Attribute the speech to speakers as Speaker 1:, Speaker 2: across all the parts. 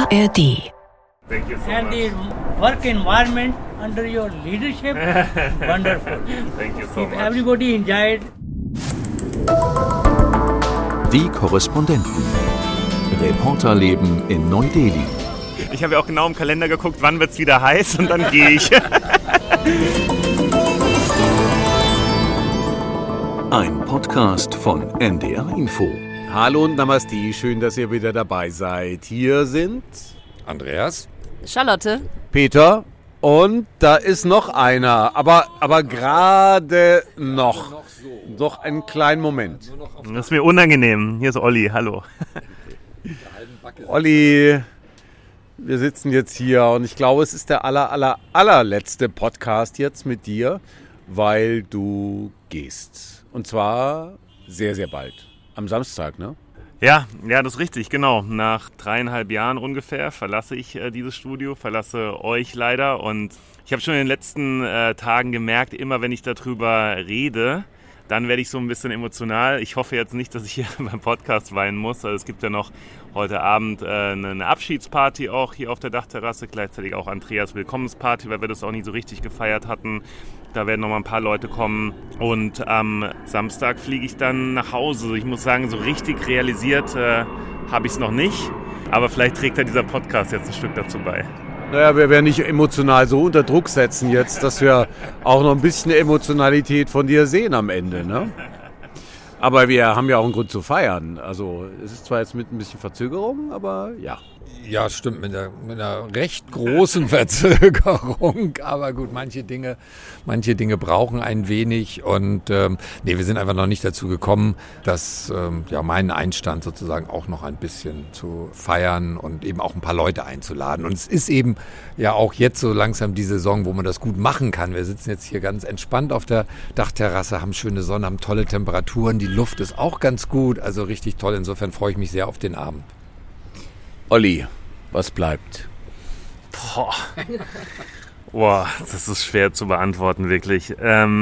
Speaker 1: ARD.
Speaker 2: Thank you so
Speaker 3: And
Speaker 2: much.
Speaker 3: the work environment under your leadership, wonderful.
Speaker 2: Thank you so
Speaker 3: If
Speaker 2: much.
Speaker 3: everybody enjoyed.
Speaker 4: Die Korrespondenten. Reporterleben in Neu-Delhi.
Speaker 2: Ich habe ja auch genau im Kalender geguckt, wann wird's wieder heiß und dann gehe ich.
Speaker 4: Ein Podcast von NDR Info.
Speaker 5: Hallo und Namaste, schön, dass ihr wieder dabei seid. Hier sind
Speaker 6: Andreas,
Speaker 7: Charlotte.
Speaker 5: Peter und da ist noch einer, aber gerade noch. Noch einen kleinen Moment.
Speaker 2: Das ist mir unangenehm. Hier ist Olli, hallo.
Speaker 5: Olli, wir sitzen jetzt hier und ich glaube, es ist der allerletzte Podcast jetzt mit dir, weil du gehst. Und zwar sehr, sehr bald. Am Samstag, ne?
Speaker 2: Ja, das ist richtig, genau. Nach 3,5 Jahren ungefähr verlasse ich dieses Studio, verlasse euch leider. Und ich habe schon in den letzten Tagen gemerkt, immer wenn ich darüber rede, dann werde ich so ein bisschen emotional. Ich hoffe jetzt nicht, dass ich hier beim Podcast weinen muss. Also es gibt ja noch heute Abend eine Abschiedsparty auch hier auf der Dachterrasse. Gleichzeitig auch Andreas Willkommensparty, weil wir das auch nicht so richtig gefeiert hatten. Da werden noch mal ein paar Leute kommen. Und am Samstag fliege ich dann nach Hause. Ich muss sagen, so richtig realisiert habe ich es noch nicht. Aber vielleicht trägt ja dieser Podcast jetzt ein Stück dazu bei.
Speaker 5: Naja, wir werden nicht emotional so unter Druck setzen jetzt, dass wir auch noch ein bisschen Emotionalität von dir sehen am Ende, ne? Aber wir haben ja auch einen Grund zu feiern. Also es ist zwar jetzt mit ein bisschen Verzögerung, aber ja.
Speaker 6: ja, stimmt, mit einer recht großen Verzögerung, aber gut, manche Dinge brauchen ein wenig und wir sind einfach noch nicht dazu gekommen, meinen Einstand sozusagen auch noch ein bisschen zu feiern und eben auch ein paar Leute einzuladen. Und es ist eben ja auch jetzt so langsam die Saison, wo man das gut machen kann. Wir sitzen jetzt hier ganz entspannt auf der Dachterrasse, haben schöne Sonne, haben tolle Temperaturen, die Luft ist auch ganz gut, also richtig toll. Insofern freue ich mich sehr auf den Abend.
Speaker 5: Olli, was bleibt?
Speaker 2: Boah, das ist schwer zu beantworten, wirklich.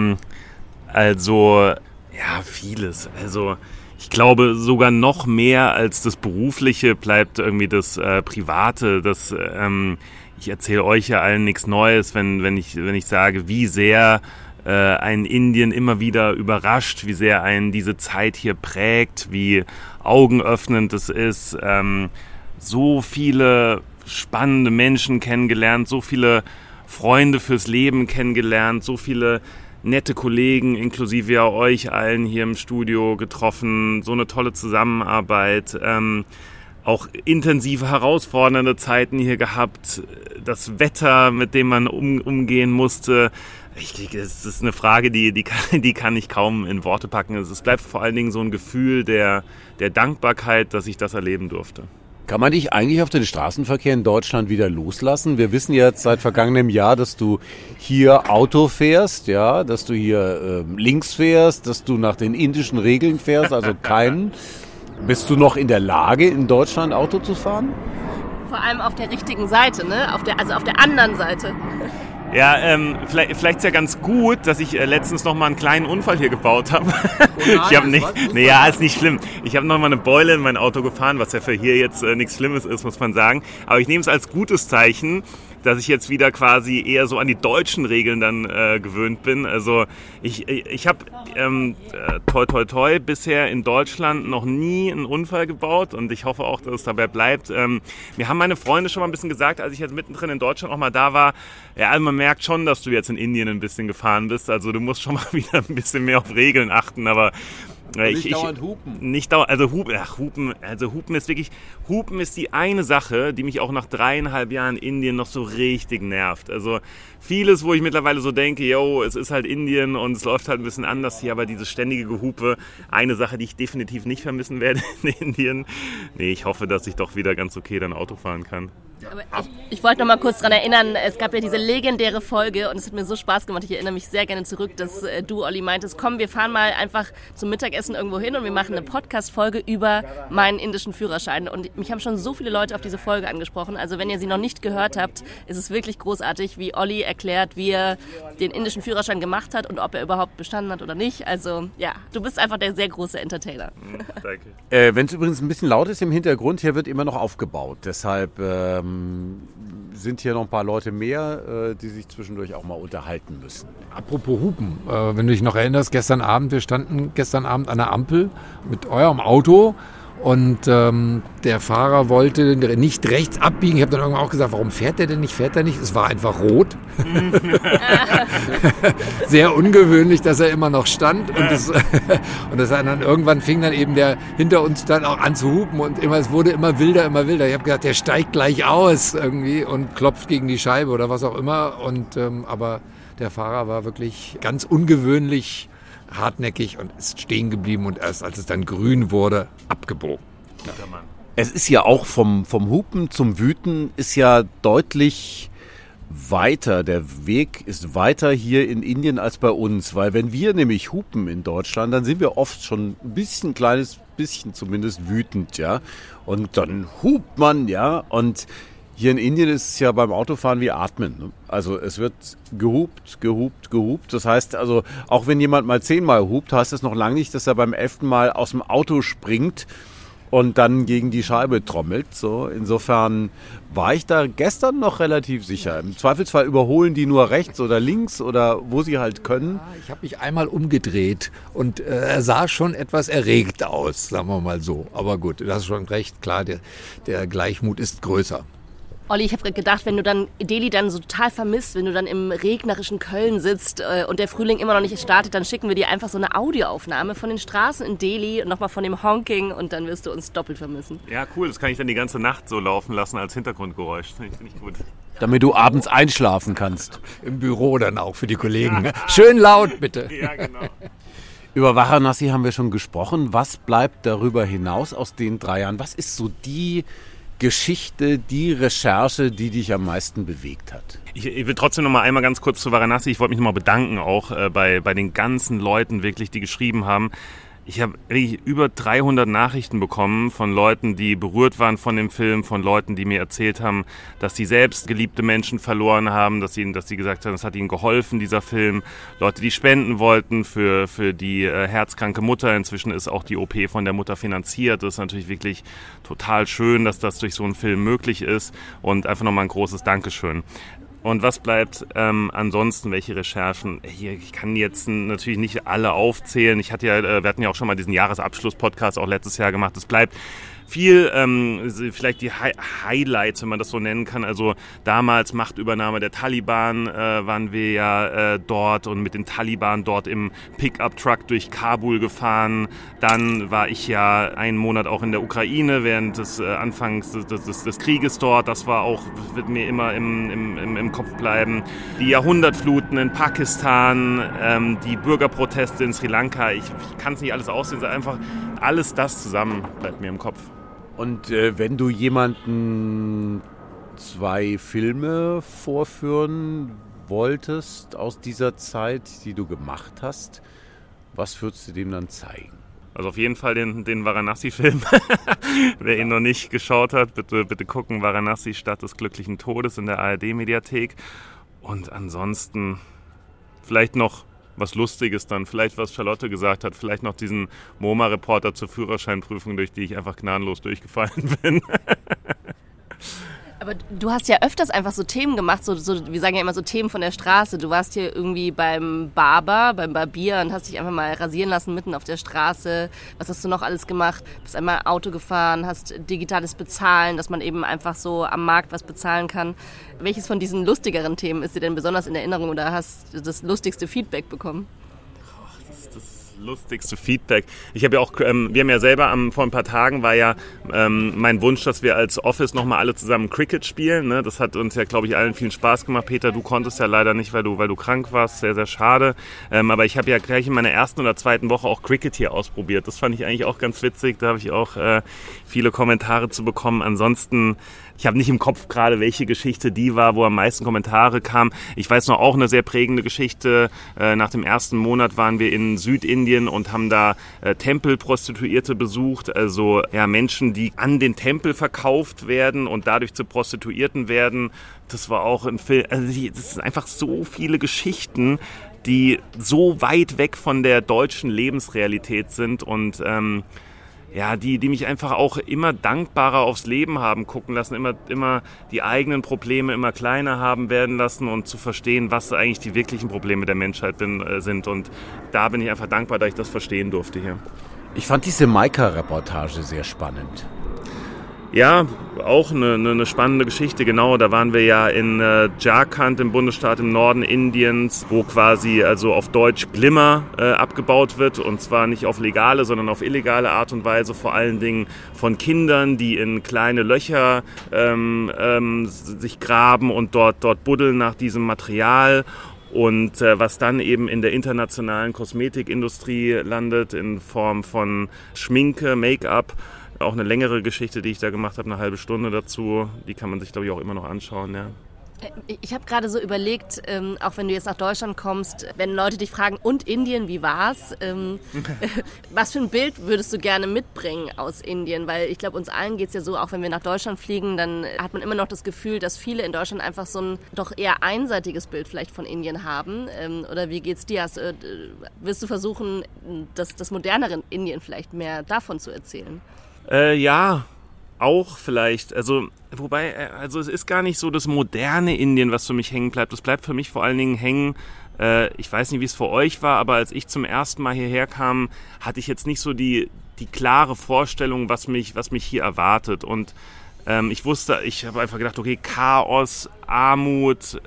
Speaker 2: Vieles. Also ich glaube, sogar noch mehr als das Berufliche bleibt irgendwie das Private. Ich erzähle euch ja allen nichts Neues, wenn ich sage, wie sehr ein Indien immer wieder überrascht, wie sehr einen diese Zeit hier prägt, wie augenöffnend es ist. So viele spannende Menschen kennengelernt, so viele Freunde fürs Leben kennengelernt, so viele nette Kollegen, inklusive ja euch allen hier im Studio getroffen, so eine tolle Zusammenarbeit, auch intensive, herausfordernde Zeiten hier gehabt, das Wetter, mit dem man umgehen musste. Es ist eine Frage, die kann ich kaum in Worte packen. Es bleibt vor allen Dingen so ein Gefühl der Dankbarkeit, dass ich das erleben durfte.
Speaker 5: Kann man dich eigentlich auf den Straßenverkehr in Deutschland wieder loslassen? Wir wissen jetzt seit vergangenem Jahr, dass du hier Auto fährst, ja, dass du hier links fährst, dass du nach den indischen Regeln fährst, also keinen. Bist du noch in der Lage, in Deutschland Auto zu fahren?
Speaker 7: Vor allem auf der richtigen Seite, ne? Auf der anderen Seite.
Speaker 2: Ja, vielleicht ist ja ganz gut, dass ich letztens noch mal einen kleinen Unfall hier gebaut habe. Ist nicht schlimm. Ich habe noch mal eine Beule in mein Auto gefahren, was ja für hier jetzt nichts Schlimmes ist, muss man sagen. Aber ich nehme es als gutes Zeichen, dass ich jetzt wieder quasi eher so an die deutschen Regeln dann gewöhnt bin. Also ich habe toi bisher in Deutschland noch nie einen Unfall gebaut und ich hoffe auch, dass es dabei bleibt. Mir haben meine Freunde schon mal ein bisschen gesagt, als ich jetzt mittendrin in Deutschland auch mal da war, ja, man merkt schon, dass du jetzt in Indien ein bisschen gefahren bist. Also du musst schon mal wieder ein bisschen mehr auf Regeln achten, aber
Speaker 5: Nicht dauernd hupen.
Speaker 2: Hupen ist wirklich, Hupen ist die eine Sache, die mich auch nach 3,5 Jahren Indien noch so richtig nervt. Also vieles, wo ich mittlerweile so denke, es ist halt Indien und es läuft halt ein bisschen anders hier, aber diese ständige Gehupe, eine Sache, die ich definitiv nicht vermissen werde in Indien. Nee, ich hoffe, dass ich doch wieder ganz okay dann Auto fahren kann.
Speaker 7: Aber ich wollte noch mal kurz daran erinnern, es gab ja diese legendäre Folge und es hat mir so Spaß gemacht, ich erinnere mich sehr gerne zurück, dass du, Olli, meintest, komm, wir fahren mal einfach zum Mittagessen irgendwo hin und wir machen eine Podcast-Folge über meinen indischen Führerschein. Und mich haben schon so viele Leute auf diese Folge angesprochen, also wenn ihr sie noch nicht gehört habt, ist es wirklich großartig, wie Olli erklärt, wie er den indischen Führerschein gemacht hat und ob er überhaupt bestanden hat oder nicht. Also ja, du bist einfach der sehr große Entertainer.
Speaker 2: Danke.
Speaker 5: Wenn es übrigens ein bisschen laut ist im Hintergrund, hier wird immer noch aufgebaut. Deshalb sind hier noch ein paar Leute mehr, die sich zwischendurch auch mal unterhalten müssen.
Speaker 6: Apropos Hupen, wenn du dich noch erinnerst, wir standen gestern Abend an der Ampel mit eurem Auto und der Fahrer wollte nicht rechts abbiegen. Ich habe dann irgendwann auch gesagt, warum fährt der denn nicht? Fährt er nicht? Es war einfach rot. Sehr ungewöhnlich, dass er immer noch stand. Und dann irgendwann fing dann eben der hinter uns dann auch an zu hupen und es wurde immer wilder, immer wilder. Ich habe gedacht, der steigt gleich aus irgendwie und klopft gegen die Scheibe oder was auch immer. Aber der Fahrer war wirklich ganz ungewöhnlich hartnäckig und ist stehen geblieben und erst als es dann grün wurde, abgebogen. Ja.
Speaker 5: Es ist ja auch vom Hupen zum Wüten ist ja deutlich weiter. Der Weg ist weiter hier in Indien als bei uns, weil wenn wir nämlich hupen in Deutschland, dann sind wir oft schon ein kleines bisschen zumindest wütend, ja. Und dann hupt man, ja, und hier in Indien ist es ja beim Autofahren wie Atmen. Ne? Also es wird gehupt. Das heißt also, auch wenn jemand mal 10-mal hupt, heißt das noch lange nicht, dass er beim 11. Mal aus dem Auto springt und dann gegen die Scheibe trommelt. So, insofern war ich da gestern noch relativ sicher. Im Zweifelsfall überholen die nur rechts oder links oder wo sie halt können.
Speaker 6: Ich habe mich einmal umgedreht und er sah schon etwas erregt aus, sagen wir mal so. Aber gut, du hast schon recht, klar, der Gleichmut ist größer.
Speaker 7: Olli, ich habe gedacht, wenn du dann Delhi dann so total vermisst, wenn du dann im regnerischen Köln sitzt und der Frühling immer noch nicht startet, dann schicken wir dir einfach so eine Audioaufnahme von den Straßen in Delhi und nochmal von dem Honking und dann wirst du uns doppelt vermissen.
Speaker 2: Ja, cool. Das kann ich dann die ganze Nacht so laufen lassen als Hintergrundgeräusch. Finde ich gut.
Speaker 5: Damit du abends einschlafen kannst.
Speaker 6: Im Büro dann auch für die Kollegen. Ne? Schön laut, bitte.
Speaker 2: Ja, genau.
Speaker 5: Über Varanasi haben wir schon gesprochen. Was bleibt darüber hinaus aus den 3 Jahren? Was ist so die Geschichte, die Recherche, die dich am meisten bewegt hat?
Speaker 2: Ich will trotzdem noch mal einmal ganz kurz zu Varanasi. Ich wollte mich noch mal bedanken auch bei den ganzen Leuten wirklich, die geschrieben haben. Ich habe wirklich über 300 Nachrichten bekommen von Leuten, die berührt waren von dem Film, von Leuten, die mir erzählt haben, dass sie selbst geliebte Menschen verloren haben, dass sie gesagt haben, es hat ihnen geholfen, dieser Film. Leute, die spenden wollten für die herzkranke Mutter. Inzwischen ist auch die OP von der Mutter finanziert. Das ist natürlich wirklich total schön, dass das durch so einen Film möglich ist. Und einfach nochmal ein großes Dankeschön. Und was bleibt ansonsten, welche Recherchen? Ich kann jetzt natürlich nicht alle aufzählen. Wir hatten ja auch schon mal diesen Jahresabschluss-Podcast auch letztes Jahr gemacht. Es bleibt viel, vielleicht die Highlights, wenn man das so nennen kann. Also damals Machtübernahme der Taliban waren wir ja dort und mit den Taliban dort im Pickup-Truck durch Kabul gefahren. Dann war ich ja einen Monat auch in der Ukraine während des Anfangs des Krieges dort. Das wird mir immer im Kopf bleiben. Die Jahrhundertfluten in Pakistan, die Bürgerproteste in Sri Lanka. Ich kann es nicht alles aussehen, einfach alles das zusammen bleibt mir im Kopf.
Speaker 5: Und wenn du jemanden 2 Filme vorführen wolltest aus dieser Zeit, die du gemacht hast, was würdest du dem dann zeigen?
Speaker 2: Also auf jeden Fall den Varanasi-Film. Wer ihn noch nicht geschaut hat, bitte gucken. Varanasi, Stadt des glücklichen Todes in der ARD-Mediathek. Und ansonsten vielleicht noch was Lustiges dann, vielleicht was Charlotte gesagt hat, vielleicht noch diesen MoMA-Reporter zur Führerscheinprüfung, durch die ich einfach gnadenlos durchgefallen bin.
Speaker 7: Aber du hast ja öfters einfach so Themen gemacht, so wir sagen ja immer so Themen von der Straße. Du warst hier irgendwie beim Barbier und hast dich einfach mal rasieren lassen mitten auf der Straße. Was hast du noch alles gemacht? Bist einmal Auto gefahren, hast digitales Bezahlen, dass man eben einfach so am Markt was bezahlen kann. Welches von diesen lustigeren Themen ist dir denn besonders in Erinnerung oder hast du das lustigste Feedback bekommen?
Speaker 2: lustigste Feedback. Ich habe ja auch, wir haben ja selber vor ein paar Tagen war ja mein Wunsch, dass wir als Office nochmal alle zusammen Cricket spielen. Ne? Das hat uns ja, glaube ich, allen viel Spaß gemacht. Peter, du konntest ja leider nicht, weil du krank warst. Sehr, sehr schade. Aber ich habe ja gleich in meiner ersten oder zweiten Woche auch Cricket hier ausprobiert. Das fand ich eigentlich auch ganz witzig. Da habe ich auch viele Kommentare zu bekommen. Ansonsten, ich habe nicht im Kopf gerade, welche Geschichte die war, wo am meisten Kommentare kamen. Ich weiß noch auch eine sehr prägende Geschichte. Nach dem ersten Monat waren wir in Südindien und haben da Tempelprostituierte besucht. Also ja, Menschen, die an den Tempel verkauft werden und dadurch zu Prostituierten werden. Das war auch ein Film. Also das sind einfach so viele Geschichten, die so weit weg von der deutschen Lebensrealität sind und ja, die mich einfach auch immer dankbarer aufs Leben haben gucken lassen, immer die eigenen Probleme immer kleiner haben werden lassen und zu verstehen, was eigentlich die wirklichen Probleme der Menschheit sind. Und da bin ich einfach dankbar, dass ich das verstehen durfte hier.
Speaker 5: Ich fand diese Maika-Reportage sehr spannend.
Speaker 2: Ja, auch eine spannende Geschichte, genau. Da waren wir ja in Jharkhand, im Bundesstaat im Norden Indiens, wo quasi also auf Deutsch Glimmer abgebaut wird. Und zwar nicht auf legale, sondern auf illegale Art und Weise. Vor allen Dingen von Kindern, die in kleine Löcher sich graben und dort buddeln nach diesem Material. Und was dann eben in der internationalen Kosmetikindustrie landet in Form von Schminke, Make-up. Auch eine längere Geschichte, die ich da gemacht habe, eine halbe Stunde dazu. Die kann man sich, glaube ich, auch immer noch anschauen, ja.
Speaker 7: Ich habe gerade so überlegt, auch wenn du jetzt nach Deutschland kommst, wenn Leute dich fragen, und Indien, wie war's? Was für ein Bild würdest du gerne mitbringen aus Indien? Weil ich glaube, uns allen geht's ja so, auch wenn wir nach Deutschland fliegen, dann hat man immer noch das Gefühl, dass viele in Deutschland einfach so ein doch eher einseitiges Bild vielleicht von Indien haben. Oder wie geht's dir? Wirst du versuchen, das modernere Indien vielleicht mehr davon zu erzählen?
Speaker 2: Ja, auch vielleicht. Also, wobei, es ist gar nicht so das moderne Indien, was für mich hängen bleibt. Das bleibt für mich vor allen Dingen hängen. Ich weiß nicht, wie es für euch war, aber als ich zum ersten Mal hierher kam, hatte ich jetzt nicht so die klare Vorstellung, was mich hier erwartet. Und ich habe einfach gedacht, okay, Chaos, Armut,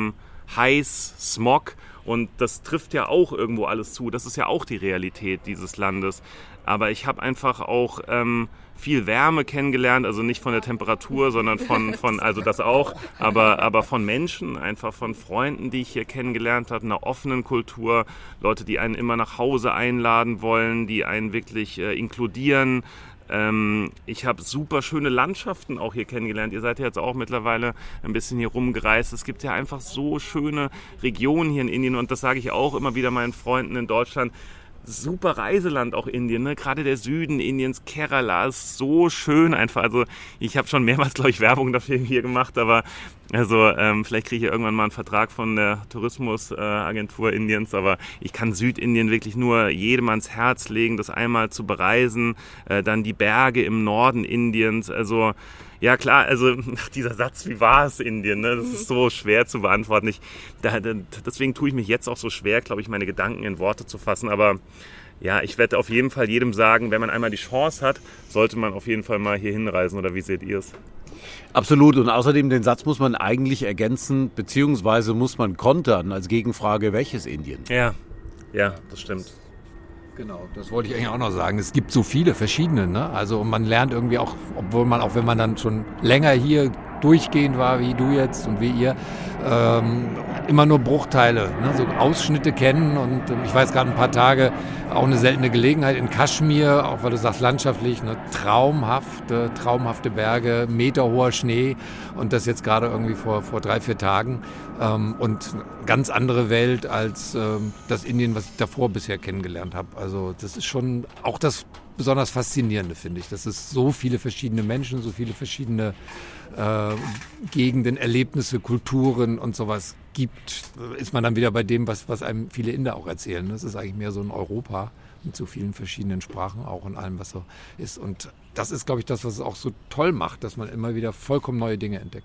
Speaker 2: heiß, Smog. Und das trifft ja auch irgendwo alles zu. Das ist ja auch die Realität dieses Landes. Aber ich habe einfach auch viel Wärme kennengelernt, also nicht von der Temperatur, sondern also das auch, aber von Menschen, einfach von Freunden, die ich hier kennengelernt habe, einer offenen Kultur, Leute, die einen immer nach Hause einladen wollen, die einen wirklich inkludieren. Ich habe super schöne Landschaften auch hier kennengelernt. Ihr seid ja jetzt auch mittlerweile ein bisschen hier rumgereist. Es gibt ja einfach so schöne Regionen hier in Indien und das sage ich auch immer wieder meinen Freunden in Deutschland. Super Reiseland auch Indien, ne? Gerade der Süden Indiens, Kerala ist so schön einfach. Also ich habe schon mehrmals, glaube ich, Werbung dafür hier gemacht, aber also vielleicht kriege ich irgendwann mal einen Vertrag von der Tourismusagentur Indiens, aber ich kann Südindien wirklich nur jedem ans Herz legen, das einmal zu bereisen. Dann die Berge im Norden Indiens, also ja klar, also dieser Satz, wie war es Indien, ne? Das ist so schwer zu beantworten. Deswegen tue ich mich jetzt auch so schwer, glaube ich, meine Gedanken in Worte zu fassen. Aber ja, ich werde auf jeden Fall jedem sagen, wenn man einmal die Chance hat, sollte man auf jeden Fall mal hier hinreisen. Oder wie seht ihr es?
Speaker 5: Absolut. Und außerdem den Satz muss man eigentlich ergänzen, beziehungsweise muss man kontern als Gegenfrage, welches Indien?
Speaker 2: Ja, das stimmt.
Speaker 6: Genau, das wollte ich eigentlich auch noch sagen. Es gibt so viele verschiedene, ne? Also man lernt irgendwie auch, wenn man dann schon länger hier durchgehend war, wie du jetzt und wie ihr, immer nur Bruchteile, ne? So Ausschnitte kennen. Und ich weiß gerade ein paar Tage, auch eine seltene Gelegenheit in Kaschmir, auch weil du sagst landschaftlich, ne? Traumhafte Berge, meterhoher Schnee und das jetzt gerade irgendwie vor 3-4 Tagen. Und eine ganz andere Welt als das Indien, was ich davor bisher kennengelernt habe. Also das ist schon auch das besonders Faszinierende, finde ich, dass es so viele verschiedene Menschen, so viele verschiedene Gegenden, Erlebnisse, Kulturen und sowas gibt, ist man dann wieder bei dem, was einem viele Inder auch erzählen. Das ist eigentlich mehr so ein Europa mit so vielen verschiedenen Sprachen auch und allem, was so ist. Und das ist, glaube ich, das, was es auch so toll macht, dass man immer wieder vollkommen neue Dinge entdeckt.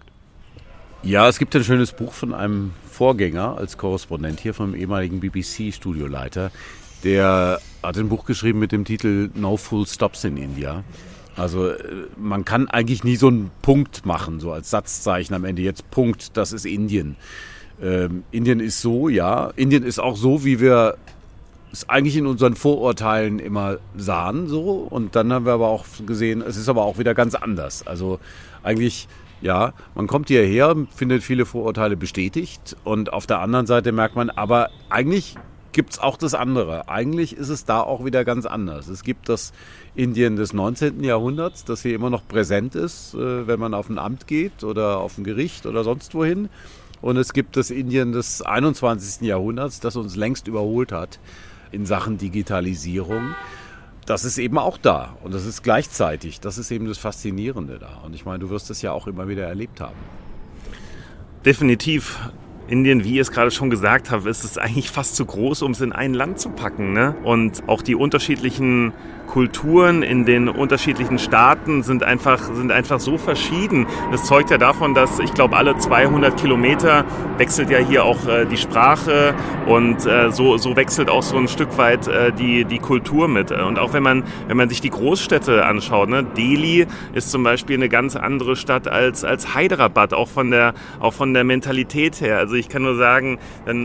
Speaker 5: Ja, es gibt ein schönes Buch von einem Vorgänger als Korrespondent hier, vom ehemaligen BBC-Studioleiter. Der hat ein Buch geschrieben mit dem Titel No Full Stops in India. Also man kann eigentlich nie so einen Punkt machen, so als Satzzeichen am Ende. Jetzt Punkt, das ist Indien. Indien ist so, ja. Indien ist auch so, wie wir es eigentlich in unseren Vorurteilen immer sahen so. Und dann haben wir aber auch gesehen, es ist aber auch wieder ganz anders. Also eigentlich, ja, man kommt hierher, findet viele Vorurteile bestätigt und auf der anderen Seite merkt man, aber eigentlich gibt es auch das andere. Eigentlich ist es da auch wieder ganz anders. Es gibt das Indien des 19. Jahrhunderts, das hier immer noch präsent ist, wenn man auf ein Amt geht oder auf ein Gericht oder sonst wohin. Und es gibt das Indien des 21. Jahrhunderts, das uns längst überholt hat in Sachen Digitalisierung. Das ist eben auch da und das ist gleichzeitig. Das ist eben das Faszinierende da. Und ich meine, du wirst es ja auch immer wieder erlebt haben.
Speaker 2: Definitiv. Indien, wie ihr es gerade schon gesagt habt, ist es eigentlich fast zu groß, um es in ein Land zu packen, ne? Und auch die unterschiedlichen Kulturen in den unterschiedlichen Staaten sind einfach so verschieden. Das zeugt ja davon, dass ich glaube, alle 200 Kilometer wechselt ja hier auch die Sprache und so wechselt auch so ein Stück weit die Kultur mit. Und auch wenn man sich die Großstädte anschaut, ne? Delhi ist zum Beispiel eine ganz andere Stadt als Hyderabad, auch von der Mentalität her. Also ich kann nur sagen,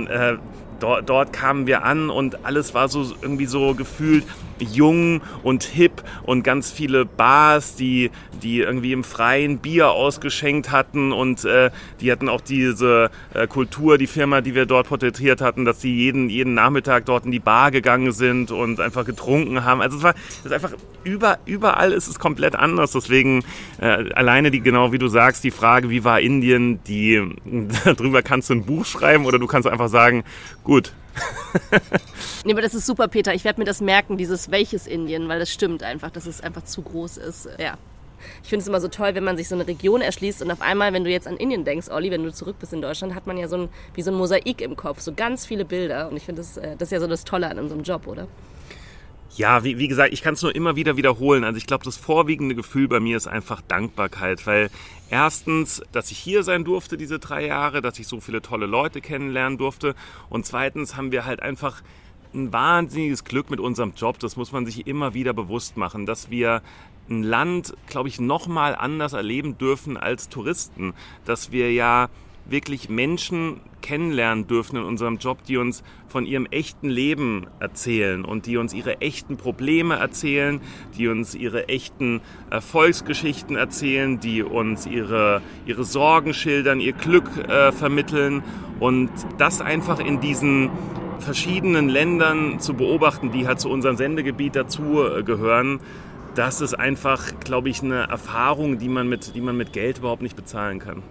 Speaker 2: dort kamen wir an und alles war so irgendwie so gefühlt jung und hip und ganz viele Bars, die irgendwie im Freien Bier ausgeschenkt hatten und die hatten auch diese Kultur, die Firma, die wir dort porträtiert hatten, dass sie jeden Nachmittag dort in die Bar gegangen sind und einfach getrunken haben. Also es ist einfach überall ist es komplett anders. Deswegen alleine genau wie du sagst, die Frage, wie war Indien, darüber kannst du ein Buch schreiben oder du kannst einfach sagen, gut.
Speaker 7: Nee, aber das ist super, Peter. Ich werde mir das merken, dieses welches Indien, weil das stimmt einfach, dass es einfach zu groß ist. Ja. Ich finde es immer so toll, wenn man sich so eine Region erschließt und auf einmal, wenn du jetzt an Indien denkst, Olli, wenn du zurück bist in Deutschland, hat man ja wie so ein Mosaik im Kopf, so ganz viele Bilder. Und ich finde, das ist ja so das Tolle an unserem Job, oder?
Speaker 2: Ja, wie gesagt, ich kann es nur immer wieder wiederholen. Also ich glaube, das vorwiegende Gefühl bei mir ist einfach Dankbarkeit, weil erstens, dass ich hier sein durfte diese 3 Jahre, dass ich so viele tolle Leute kennenlernen durfte und zweitens haben wir halt einfach ein wahnsinniges Glück mit unserem Job, das muss man sich immer wieder bewusst machen, dass wir ein Land, glaube ich, nochmal anders erleben dürfen als Touristen, dass wir ja wirklich Menschen kennenlernen dürfen in unserem Job, die uns von ihrem echten Leben erzählen und die uns ihre echten Probleme erzählen, die uns ihre echten Erfolgsgeschichten erzählen, die uns ihre Sorgen schildern, ihr Glück vermitteln und das einfach in diesen verschiedenen Ländern zu beobachten, die halt zu unserem Sendegebiet dazu gehören, das ist einfach, glaube ich, eine Erfahrung, die man mit Geld überhaupt nicht bezahlen kann.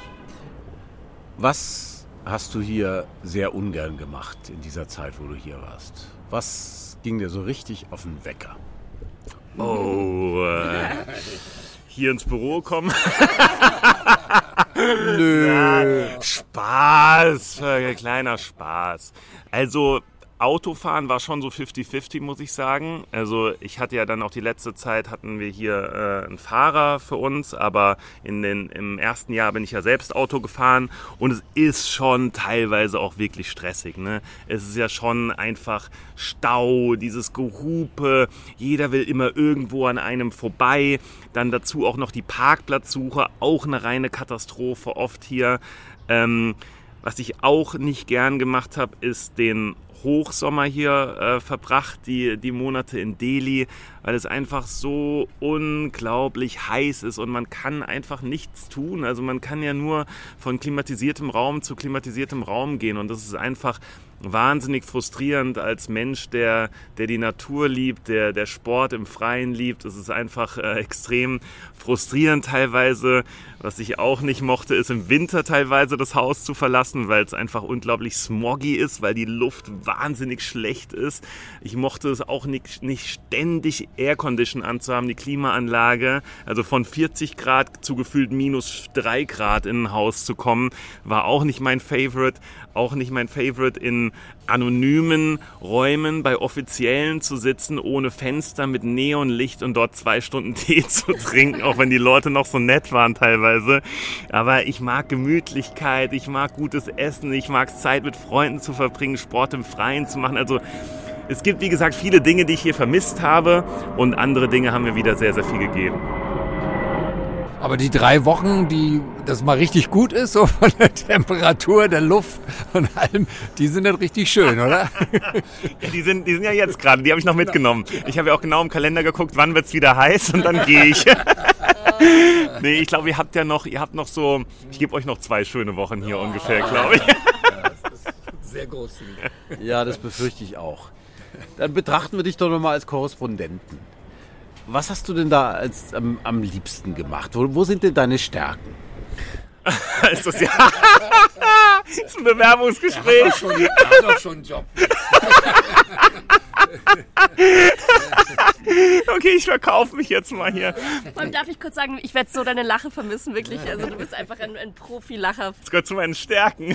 Speaker 5: Was hast du hier sehr ungern gemacht in dieser Zeit, wo du hier warst? Was ging dir so richtig auf den Wecker?
Speaker 2: Oh, hier ins Büro kommen?
Speaker 5: Nö.
Speaker 2: Ja, Spaß, kleiner Spaß. Also Autofahren war schon so 50-50, muss ich sagen. Also ich hatte ja dann auch die letzte Zeit, hatten wir hier einen Fahrer für uns, aber im ersten Jahr bin ich ja selbst Auto gefahren und es ist schon teilweise auch wirklich stressig, ne? Es ist ja schon einfach Stau, dieses Gehupe, jeder will immer irgendwo an einem vorbei, dann dazu auch noch die Parkplatzsuche, auch eine reine Katastrophe oft hier. Was ich auch nicht gern gemacht habe, ist den Hochsommer hier verbracht, die Monate in Delhi, weil es einfach so unglaublich heiß ist und man kann einfach nichts tun. Also man kann ja nur von klimatisiertem Raum zu klimatisiertem Raum gehen und das ist einfach wahnsinnig frustrierend als Mensch, der die Natur liebt, der Sport im Freien liebt. Es ist einfach extrem frustrierend teilweise. Was ich auch nicht mochte, ist im Winter teilweise das Haus zu verlassen, weil es einfach unglaublich smoggy ist, weil die Luft wahnsinnig schlecht ist. Ich mochte es auch nicht ständig Aircondition anzuhaben, die Klimaanlage. Also von 40 Grad zu gefühlt -3 Grad in ein Haus zu kommen, war auch nicht mein Favorite. Auch nicht mein Favorite, in anonymen Räumen bei Offiziellen zu sitzen, ohne Fenster, mit Neonlicht und dort 2 Stunden Tee zu trinken, auch wenn die Leute noch so nett waren teilweise. Aber ich mag Gemütlichkeit, ich mag gutes Essen, ich mag Zeit mit Freunden zu verbringen, Sport im Freien zu machen. Also es gibt, wie gesagt, viele Dinge, die ich hier vermisst habe und andere Dinge haben mir wieder sehr, sehr viel gegeben.
Speaker 6: Aber die 3 Wochen, die das mal richtig gut ist, so von der Temperatur, der Luft und allem, die sind dann richtig schön, oder?
Speaker 2: Ja, die sind ja jetzt gerade, die habe ich noch mitgenommen. Ich habe ja auch genau im Kalender geguckt, wann wird's wieder heiß und dann gehe ich. Nee, ich glaube, ihr habt noch so, ich gebe euch noch 2 schöne Wochen hier ungefähr, glaube ich.
Speaker 6: Sehr großzügig.
Speaker 5: Ja, das befürchte ich auch. Dann betrachten wir dich doch nochmal als Korrespondenten. Was hast du denn da am liebsten gemacht? Wo sind denn deine Stärken?
Speaker 2: Ist das ja ist ein Bewerbungsgespräch.
Speaker 6: Er hat doch schon einen Job.
Speaker 2: Okay, ich verkaufe mich jetzt mal hier.
Speaker 7: Und darf ich kurz sagen, ich werde so deine Lache vermissen, wirklich. Also du bist einfach ein Profi-Lacher.
Speaker 2: Das gehört zu meinen Stärken.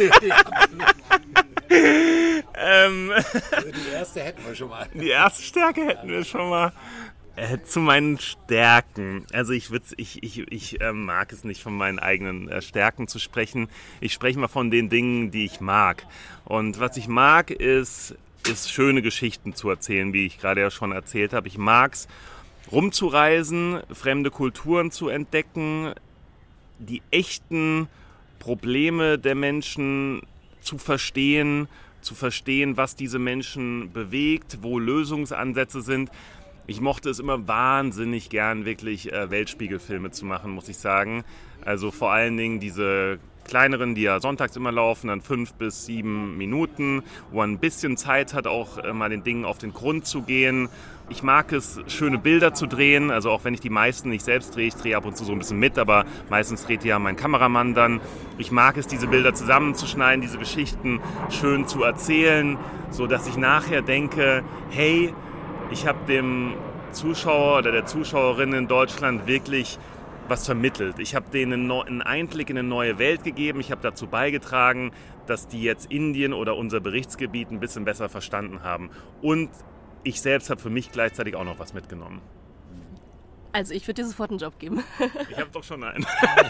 Speaker 6: Also die erste hätten wir schon mal.
Speaker 2: Die erste Stärke hätten wir schon mal. Zu meinen Stärken. Also ich mag es nicht, von meinen eigenen Stärken zu sprechen. Ich spreche mal von den Dingen, die ich mag. Und was ich mag, ist schöne Geschichten zu erzählen, wie ich gerade ja schon erzählt habe. Ich mag es, rumzureisen, fremde Kulturen zu entdecken, die echten Probleme der Menschen zu verstehen, was diese Menschen bewegt, wo Lösungsansätze sind. Ich mochte es immer wahnsinnig gern, wirklich Weltspiegelfilme zu machen, muss ich sagen. Also vor allen Dingen diese kleineren, die ja sonntags immer laufen, dann 5 bis 7 Minuten, wo man ein bisschen Zeit hat, auch mal den Dingen auf den Grund zu gehen. Ich mag es, schöne Bilder zu drehen, also auch wenn ich die meisten nicht selbst drehe, ich drehe ab und zu so ein bisschen mit, aber meistens dreht ja mein Kameramann dann. Ich mag es, diese Bilder zusammenzuschneiden, diese Geschichten schön zu erzählen, so dass ich nachher denke, hey, ich habe dem Zuschauer oder der Zuschauerin in Deutschland wirklich was vermittelt. Ich habe denen einen Einblick in eine neue Welt gegeben. Ich habe dazu beigetragen, dass die jetzt Indien oder unser Berichtsgebiet ein bisschen besser verstanden haben. Und ich selbst habe für mich gleichzeitig auch noch was mitgenommen.
Speaker 7: Also ich würde dir sofort einen Job geben.
Speaker 2: Ich habe doch schon einen.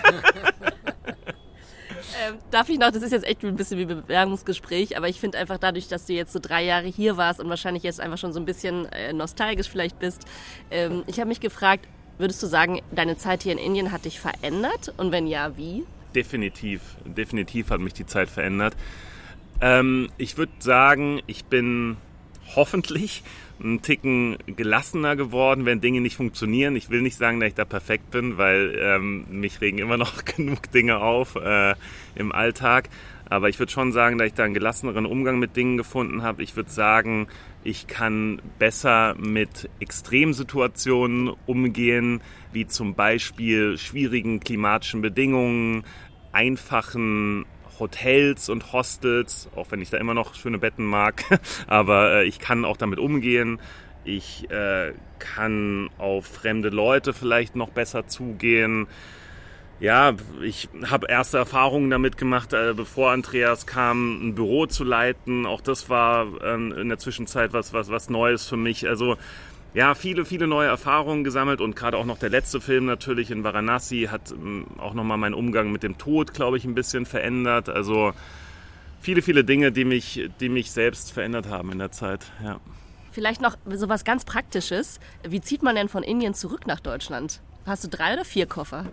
Speaker 7: Darf ich noch, das ist jetzt echt ein bisschen wie ein Bewerbungsgespräch, aber ich finde einfach dadurch, dass du jetzt so 3 Jahre hier warst und wahrscheinlich jetzt einfach schon so ein bisschen nostalgisch vielleicht bist, ich habe mich gefragt, würdest du sagen, deine Zeit hier in Indien hat dich verändert? Und wenn ja, wie?
Speaker 2: Definitiv hat mich die Zeit verändert. Ich würde sagen, ich bin hoffentlich einen Ticken gelassener geworden, wenn Dinge nicht funktionieren. Ich will nicht sagen, dass ich da perfekt bin, weil mich regen immer noch genug Dinge auf im Alltag. Aber ich würde schon sagen, dass ich da einen gelasseneren Umgang mit Dingen gefunden habe. Ich würde sagen, ich kann besser mit Extremsituationen umgehen, wie zum Beispiel schwierigen klimatischen Bedingungen, einfachen Hotels und Hostels, auch wenn ich da immer noch schöne Betten mag, aber ich kann auch damit umgehen. Ich kann auf fremde Leute vielleicht noch besser zugehen. Ja, ich habe erste Erfahrungen damit gemacht, bevor Andreas kam, ein Büro zu leiten. Auch das war in der Zwischenzeit was Neues für mich. Also ja, viele neue Erfahrungen gesammelt und gerade auch noch der letzte Film natürlich in Varanasi hat auch nochmal meinen Umgang mit dem Tod, glaube ich, ein bisschen verändert. Also viele Dinge, die mich selbst verändert haben in der Zeit, ja.
Speaker 7: Vielleicht noch so was ganz Praktisches. Wie zieht man denn von Indien zurück nach Deutschland? Hast du 3 oder 4 Koffer?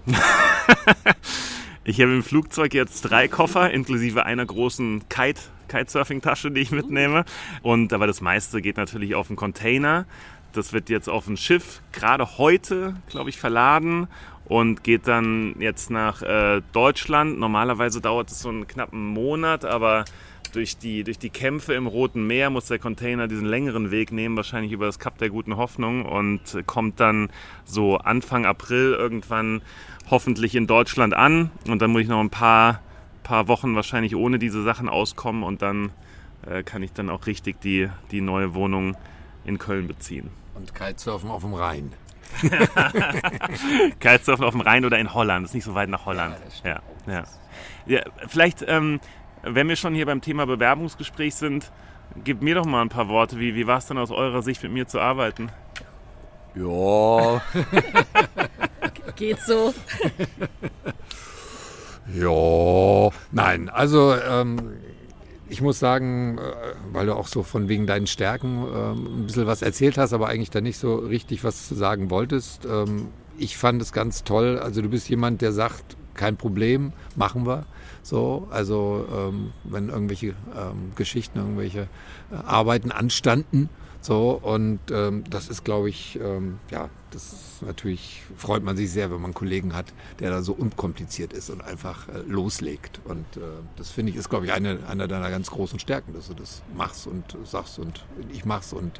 Speaker 2: Ich habe im Flugzeug jetzt 3 Koffer, inklusive einer großen Kitesurfing-Tasche, die ich mitnehme. Aber das meiste geht natürlich auf einen Container. Das wird jetzt auf ein Schiff, gerade heute, glaube ich, verladen und geht dann jetzt nach Deutschland. Normalerweise dauert es so einen knappen Monat, aber durch die Kämpfe im Roten Meer muss der Container diesen längeren Weg nehmen, wahrscheinlich über das Kap der Guten Hoffnung und kommt dann so Anfang April irgendwann hoffentlich in Deutschland an. Und dann muss ich noch ein paar Wochen wahrscheinlich ohne diese Sachen auskommen und dann kann ich dann auch richtig die neue Wohnung in Köln beziehen.
Speaker 6: Und Kitesurfen auf dem Rhein.
Speaker 2: Kitesurfen auf dem Rhein oder in Holland, das ist nicht so weit nach Holland. Ja, vielleicht... wenn wir schon hier beim Thema Bewerbungsgespräch sind, gib mir doch mal ein paar Worte. Wie war es denn aus eurer Sicht, mit mir zu arbeiten?
Speaker 5: Ja.
Speaker 7: Geht so.
Speaker 6: Ja, nein, also Ich muss sagen, weil du auch so von wegen deinen Stärken ein bisschen was erzählt hast, aber eigentlich da nicht so richtig was zu sagen wolltest. Ich fand es ganz toll. Also du bist jemand, der sagt, kein Problem, machen wir. So, also wenn irgendwelche Geschichten, irgendwelche Arbeiten anstanden. So, und das ist, glaube ich, das ist natürlich, freut man sich sehr, wenn man einen Kollegen hat, der da so unkompliziert ist und einfach loslegt. Und das finde ich, ist, glaube ich, eine deiner ganz großen Stärken, dass du das machst und sagst und ich mach's und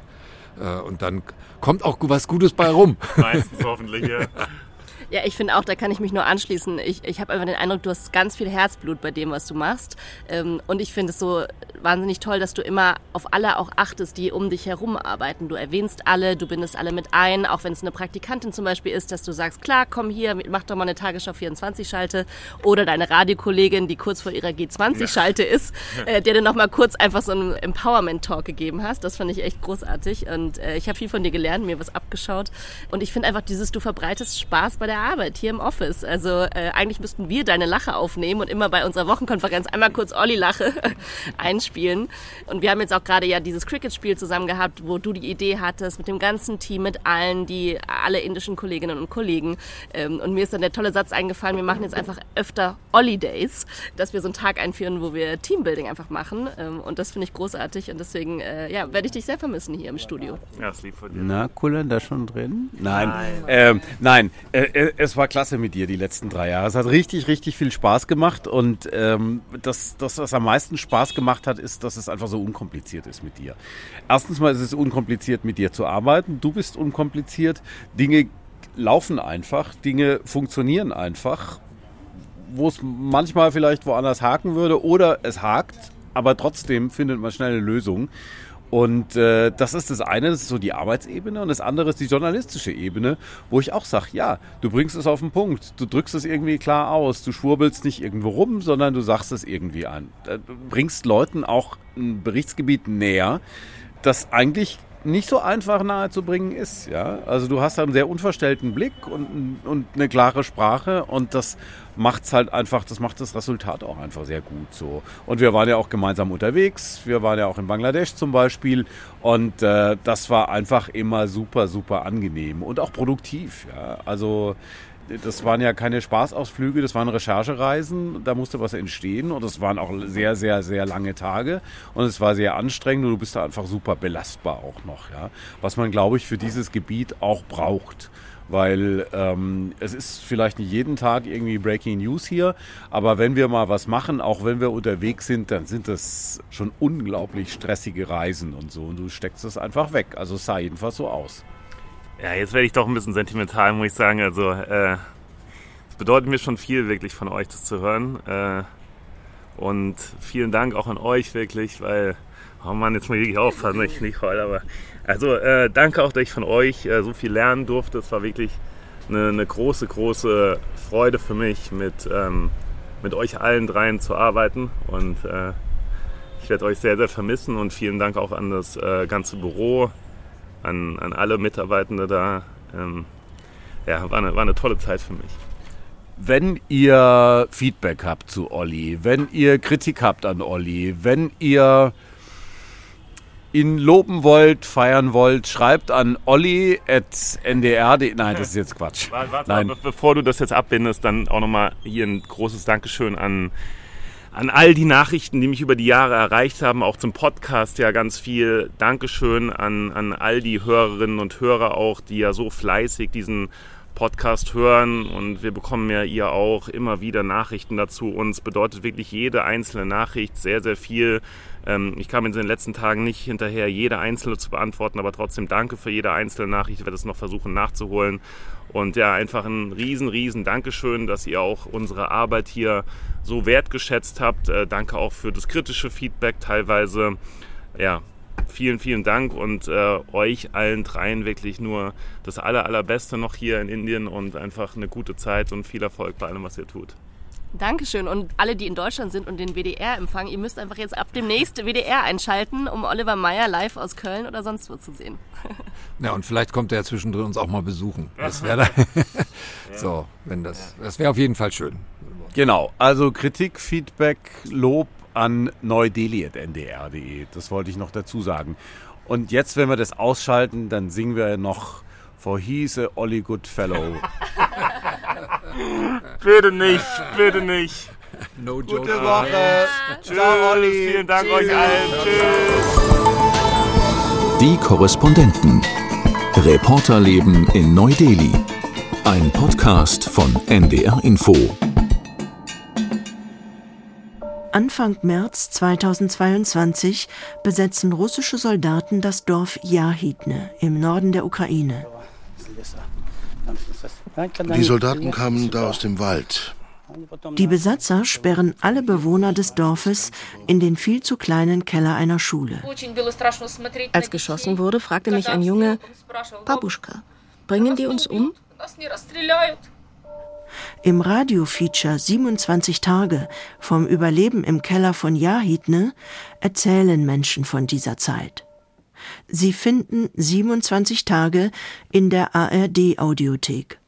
Speaker 6: dann kommt auch was Gutes bei rum.
Speaker 2: Meistens hoffentlich, ja.
Speaker 7: Ja, ich finde auch, da kann ich mich nur anschließen. Ich habe einfach den Eindruck, du hast ganz viel Herzblut bei dem, was du machst. Und ich finde es so wahnsinnig toll, dass du immer auf alle auch achtest, die um dich herum arbeiten. Du erwähnst alle, du bindest alle mit ein, auch wenn es eine Praktikantin zum Beispiel ist, dass du sagst, klar, komm hier, mach doch mal eine Tagesschau 24-Schalte. Oder deine Radiokollegin, die kurz vor ihrer G20-Schalte ist, der dir nochmal kurz einfach so einen Empowerment-Talk gegeben hast. Das fand ich echt großartig. Und ich habe viel von dir gelernt, mir was abgeschaut. Und ich finde einfach du verbreitest Spaß bei der Arbeit hier im Office. Also eigentlich müssten wir deine Lache aufnehmen und immer bei unserer Wochenkonferenz einmal kurz Olli-Lache einspielen. Und wir haben jetzt auch gerade ja dieses Cricket-Spiel zusammen gehabt, wo du die Idee hattest mit dem ganzen Team, mit alle indischen Kolleginnen und Kollegen. Und mir ist dann der tolle Satz eingefallen, wir machen jetzt einfach öfter Olli-Days, dass wir so einen Tag einführen, wo wir Teambuilding einfach machen. Und das finde ich großartig und deswegen werde ich dich sehr vermissen hier im Studio.
Speaker 2: Ja, ist lieb von dir.
Speaker 5: Na, Kullen da schon drin? Nein. Nein. Es war klasse mit dir die letzten 3 Jahre. Es hat richtig, richtig viel Spaß gemacht und das, was am meisten Spaß gemacht hat, ist, dass es einfach so unkompliziert ist mit dir. Erstens mal ist es unkompliziert, mit dir zu arbeiten. Du bist unkompliziert. Dinge laufen einfach, Dinge funktionieren einfach, wo es manchmal vielleicht woanders haken würde oder es hakt, aber trotzdem findet man schnell eine Lösung. Und das ist das eine, das ist so die Arbeitsebene und das andere ist die journalistische Ebene, wo ich auch sage, ja, du bringst es auf den Punkt, du drückst es irgendwie klar aus, du schwurbelst nicht irgendwo rum, sondern du sagst es irgendwie an. Du bringst Leuten auch ein Berichtsgebiet näher, das eigentlich nicht so einfach nahezubringen ist. Ja? Also du hast einen sehr unverstellten Blick und eine klare Sprache und das macht's halt einfach, das macht das Resultat auch einfach sehr gut so. Und wir waren ja auch gemeinsam unterwegs, wir waren ja auch in Bangladesch zum Beispiel und das war einfach immer super, super angenehm und auch produktiv. Ja? Also das waren ja keine Spaßausflüge, das waren Recherchereisen, da musste was entstehen und es waren auch sehr, sehr, sehr lange Tage und es war sehr anstrengend und du bist da einfach super belastbar auch noch, ja. Was man, glaube ich, für dieses Gebiet auch braucht, weil es ist vielleicht nicht jeden Tag irgendwie Breaking News hier, aber wenn wir mal was machen, auch wenn wir unterwegs sind, dann sind das schon unglaublich stressige Reisen und so und du steckst es einfach weg, also es sah jedenfalls so aus.
Speaker 2: Ja, jetzt werde ich doch ein bisschen sentimental, muss ich sagen. Also, es bedeutet mir schon viel, wirklich von euch das zu hören. Und vielen Dank auch an euch, wirklich, weil, oh Mann, jetzt muss ich wirklich aufpassen, ich nicht heul, aber. Also, danke auch, dass ich von euch so viel lernen durfte. Es war wirklich eine große, große Freude für mich, mit euch allen dreien zu arbeiten. Und ich werde euch sehr, sehr vermissen. Und vielen Dank auch an das ganze Büro. An alle Mitarbeitende da. War eine tolle Zeit für mich.
Speaker 5: Wenn ihr Feedback habt zu Olli, wenn ihr Kritik habt an Olli, wenn ihr ihn loben wollt, feiern wollt, schreibt an olli@ndr.de. Nein, das ist jetzt Quatsch.
Speaker 2: Warte,
Speaker 5: Nein.
Speaker 2: Bevor du das jetzt abbindest, dann auch nochmal hier ein großes Dankeschön an all die Nachrichten, die mich über die Jahre erreicht haben, auch zum Podcast ja ganz viel. Dankeschön an all die Hörerinnen und Hörer auch, die ja so fleißig diesen Podcast hören und wir bekommen ja ihr auch immer wieder Nachrichten dazu. Uns bedeutet wirklich jede einzelne Nachricht sehr, sehr viel. Ich kam in den letzten Tagen nicht hinterher, jede einzelne zu beantworten, aber trotzdem danke für jede einzelne Nachricht. Ich werde es noch versuchen nachzuholen. Und ja, einfach ein riesen Dankeschön, dass ihr auch unsere Arbeit hier so wertgeschätzt habt. Danke auch für das kritische Feedback teilweise. Ja, vielen Dank und euch allen dreien wirklich nur das Allerbeste noch hier in Indien und einfach eine gute Zeit und viel Erfolg bei allem, was ihr tut.
Speaker 7: Dankeschön. Und alle, die in Deutschland sind und den WDR empfangen, ihr müsst einfach jetzt ab demnächst WDR einschalten, um Oliver Meier live aus Köln oder sonst wo zu sehen.
Speaker 6: Ja, und vielleicht kommt er ja zwischendrin uns auch mal besuchen. Das wäre so, wenn das wäre auf jeden Fall schön.
Speaker 5: Genau, also Kritik, Feedback, Lob, an neudeli@ndr.de. Das wollte ich noch dazu sagen. Und jetzt, wenn wir das ausschalten, dann singen wir noch For He's a Ollie Goodfellow.
Speaker 2: Bitte nicht, bitte nicht.
Speaker 6: No joke.
Speaker 5: Gute Woche.
Speaker 2: Tschüss, vielen Dank euch allen. Tschüss.
Speaker 4: Die Korrespondenten. Reporterleben in Neu-Delhi. Ein Podcast von NDR Info.
Speaker 1: Anfang März 2022 besetzen russische Soldaten das Dorf Yahidne im Norden der Ukraine.
Speaker 8: Die Soldaten kamen da aus dem Wald.
Speaker 1: Die Besatzer sperren alle Bewohner des Dorfes in den viel zu kleinen Keller einer Schule.
Speaker 7: Als geschossen wurde, fragte mich ein Junge, Babuschka, bringen die uns um?
Speaker 1: Im Radiofeature 27 Tage vom Überleben im Keller von Yahidne erzählen Menschen von dieser Zeit. Sie finden 27 Tage in der ARD-Audiothek.